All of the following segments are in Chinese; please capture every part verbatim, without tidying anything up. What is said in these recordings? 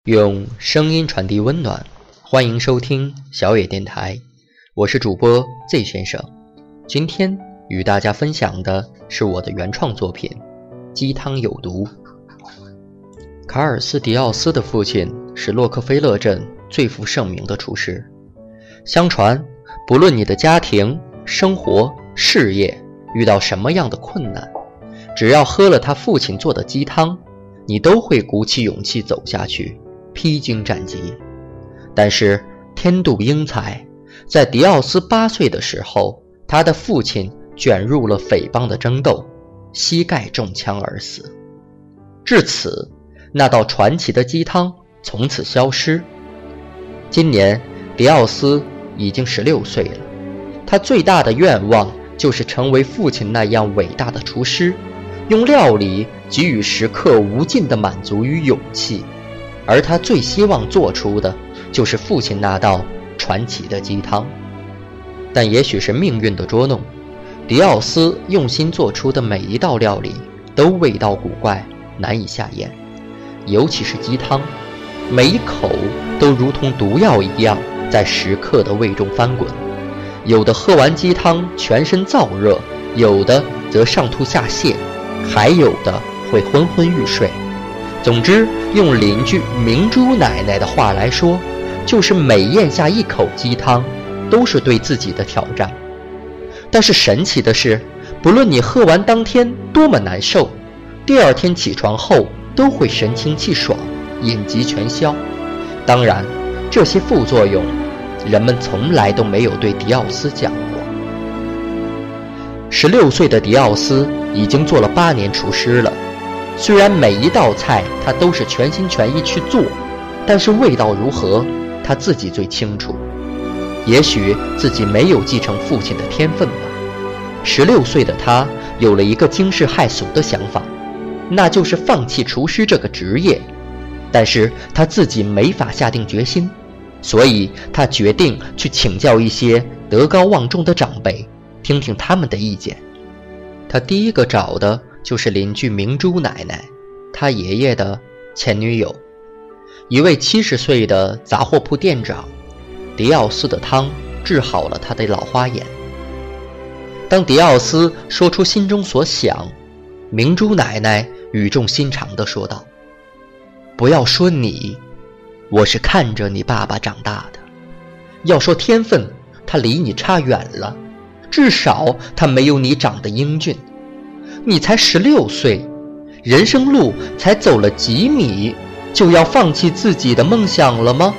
用声音传递温暖，欢迎收听小野电台，我是主播 Z 先生。今天与大家分享的是我的原创作品《鸡汤有毒》。卡尔斯·迪奥斯的父亲是洛克菲勒镇最负盛名的厨师。相传，不论你的家庭、生活、事业遇到什么样的困难，只要喝了他父亲做的鸡汤，你都会鼓起勇气走下去，披荆斩棘。但是天妒英才，在迪奥斯八岁的时候，他的父亲卷入了匪帮的争斗，膝盖中枪而死。至此，那道传奇的鸡汤从此消失。今年迪奥斯已经十六岁了，他最大的愿望就是成为父亲那样伟大的厨师，用料理给予食客无尽的满足与勇气。而他最希望做出的就是父亲那道传奇的鸡汤。但也许是命运的捉弄，迪奥斯用心做出的每一道料理都味道古怪，难以下咽。尤其是鸡汤，每一口都如同毒药一样在食客的胃中翻滚，有的喝完鸡汤全身燥热，有的则上吐下泻，还有的会昏昏欲睡。总之，用邻居明珠奶奶的话来说，就是每咽下一口鸡汤都是对自己的挑战。但是神奇的是，不论你喝完当天多么难受，第二天起床后都会神清气爽，瘾疾全消。当然，这些副作用人们从来都没有对迪奥斯讲过。十六岁的迪奥斯已经做了八年厨师了，虽然每一道菜他都是全心全意去做，但是味道如何，他自己最清楚。也许自己没有继承父亲的天分吧。十六岁的他有了一个惊世骇俗的想法，那就是放弃厨师这个职业。但是他自己没法下定决心，所以他决定去请教一些德高望重的长辈，听听他们的意见。他第一个找的就是邻居明珠奶奶，他爷爷的前女友，一位七十岁的杂货铺店长。迪奥斯的汤治好了他的老花眼。当迪奥斯说出心中所想，明珠奶奶语重心长地说道：不要说你，我是看着你爸爸长大的。要说天分，他离你差远了，至少他没有你长得英俊。你才十六岁，人生路才走了几米，就要放弃自己的梦想了吗？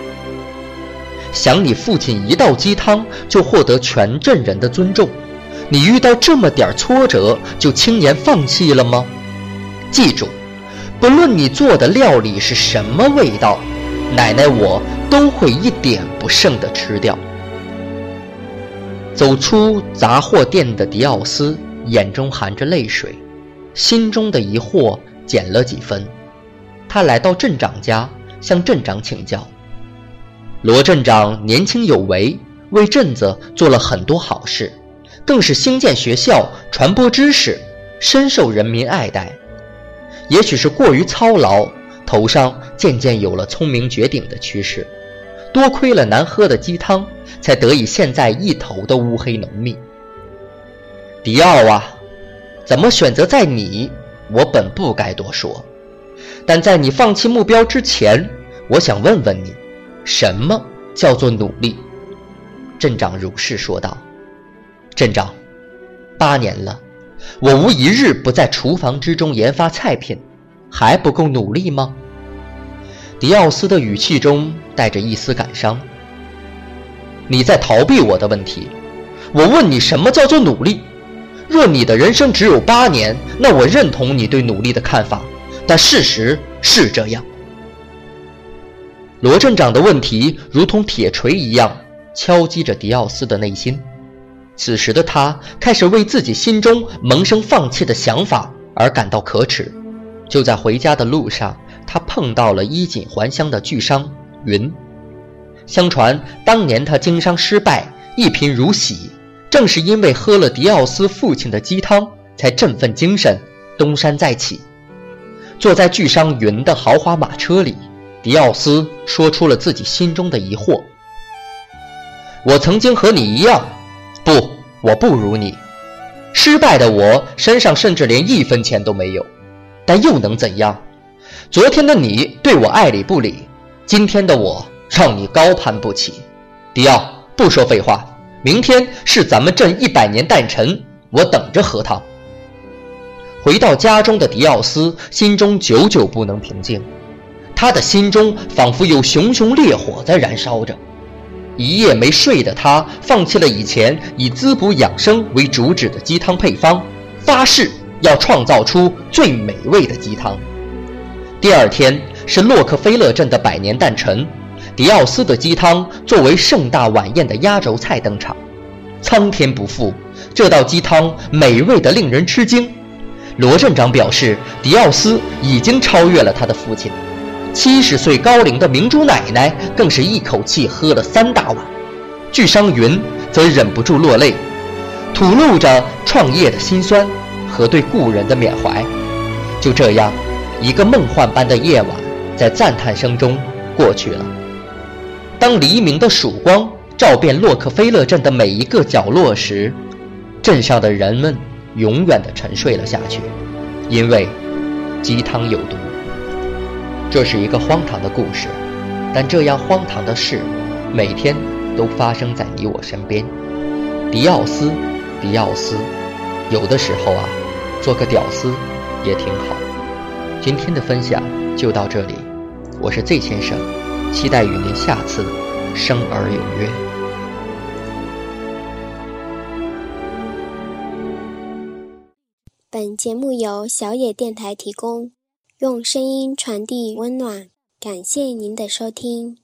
想你父亲一道鸡汤就获得全镇人的尊重，你遇到这么点挫折就轻言放弃了吗？记住，不论你做的料理是什么味道，奶奶我都会一点不剩地吃掉。走出杂货店的迪奥斯眼中含着泪水，心中的疑惑减了几分。他来到镇长家，向镇长请教。罗镇长年轻有为，为镇子做了很多好事，更是兴建学校，传播知识，深受人民爱戴。也许是过于操劳，头上渐渐有了聪明绝顶的趋势，多亏了难喝的鸡汤，才得以现在一头的乌黑浓密。迪奥啊，怎么选择在你，我本不该多说，但在你放弃目标之前，我想问问你，什么叫做努力？镇长如是说道。镇长，八年了，我无一日不在厨房之中研发菜品，还不够努力吗？迪奥斯的语气中带着一丝感伤。你在逃避我的问题，我问你什么叫做努力？若你的人生只有八年，那我认同你对努力的看法，但事实是这样。罗镇长的问题如同铁锤一样敲击着迪奥斯的内心。此时的他开始为自己心中萌生放弃的想法而感到可耻。就在回家的路上，他碰到了衣锦还乡的巨商云。相传当年他经商失败，一贫如洗，正是因为喝了迪奥斯父亲的鸡汤，才振奋精神，东山再起。坐在巨商云的豪华马车里， 迪奥斯说出了自己心中的疑惑。我曾经和你一样，不，我不如你。失败的我身上甚至连一分钱都没有，但又能怎样？昨天的你对我爱理不理，今天的我让你高攀不起。迪奥，不说废话，明天是咱们镇一百年诞辰，我等着喝汤。回到家中的迪奥斯心中久久不能平静，他的心中仿佛有熊熊烈火在燃烧着。一夜没睡的他放弃了以前以滋补养生为主旨的鸡汤配方，发誓要创造出最美味的鸡汤。第二天是洛克菲勒镇的百年诞辰，迪奥斯的鸡汤作为盛大晚宴的压轴菜登场。苍天不负，这道鸡汤美味得令人吃惊。罗镇长表示，迪奥斯已经超越了他的父亲。七十岁高龄的明珠奶奶更是一口气喝了三大碗，巨商云则忍不住落泪，吐露着创业的辛酸和对故人的缅怀。就这样，一个梦幻般的夜晚在赞叹声中过去了。当黎明的曙光照遍洛克菲勒镇的每一个角落时，镇上的人们永远地沉睡了下去，因为鸡汤有毒。这是一个荒唐的故事，但这样荒唐的事每天都发生在你我身边。迪奥斯，迪奥斯，有的时候啊，做个屌丝也挺好。今天的分享就到这里，我是 Z 先生，期待与您下次生而有约。 本节目由小野电台提供，用声音传递温暖，感谢您的收听。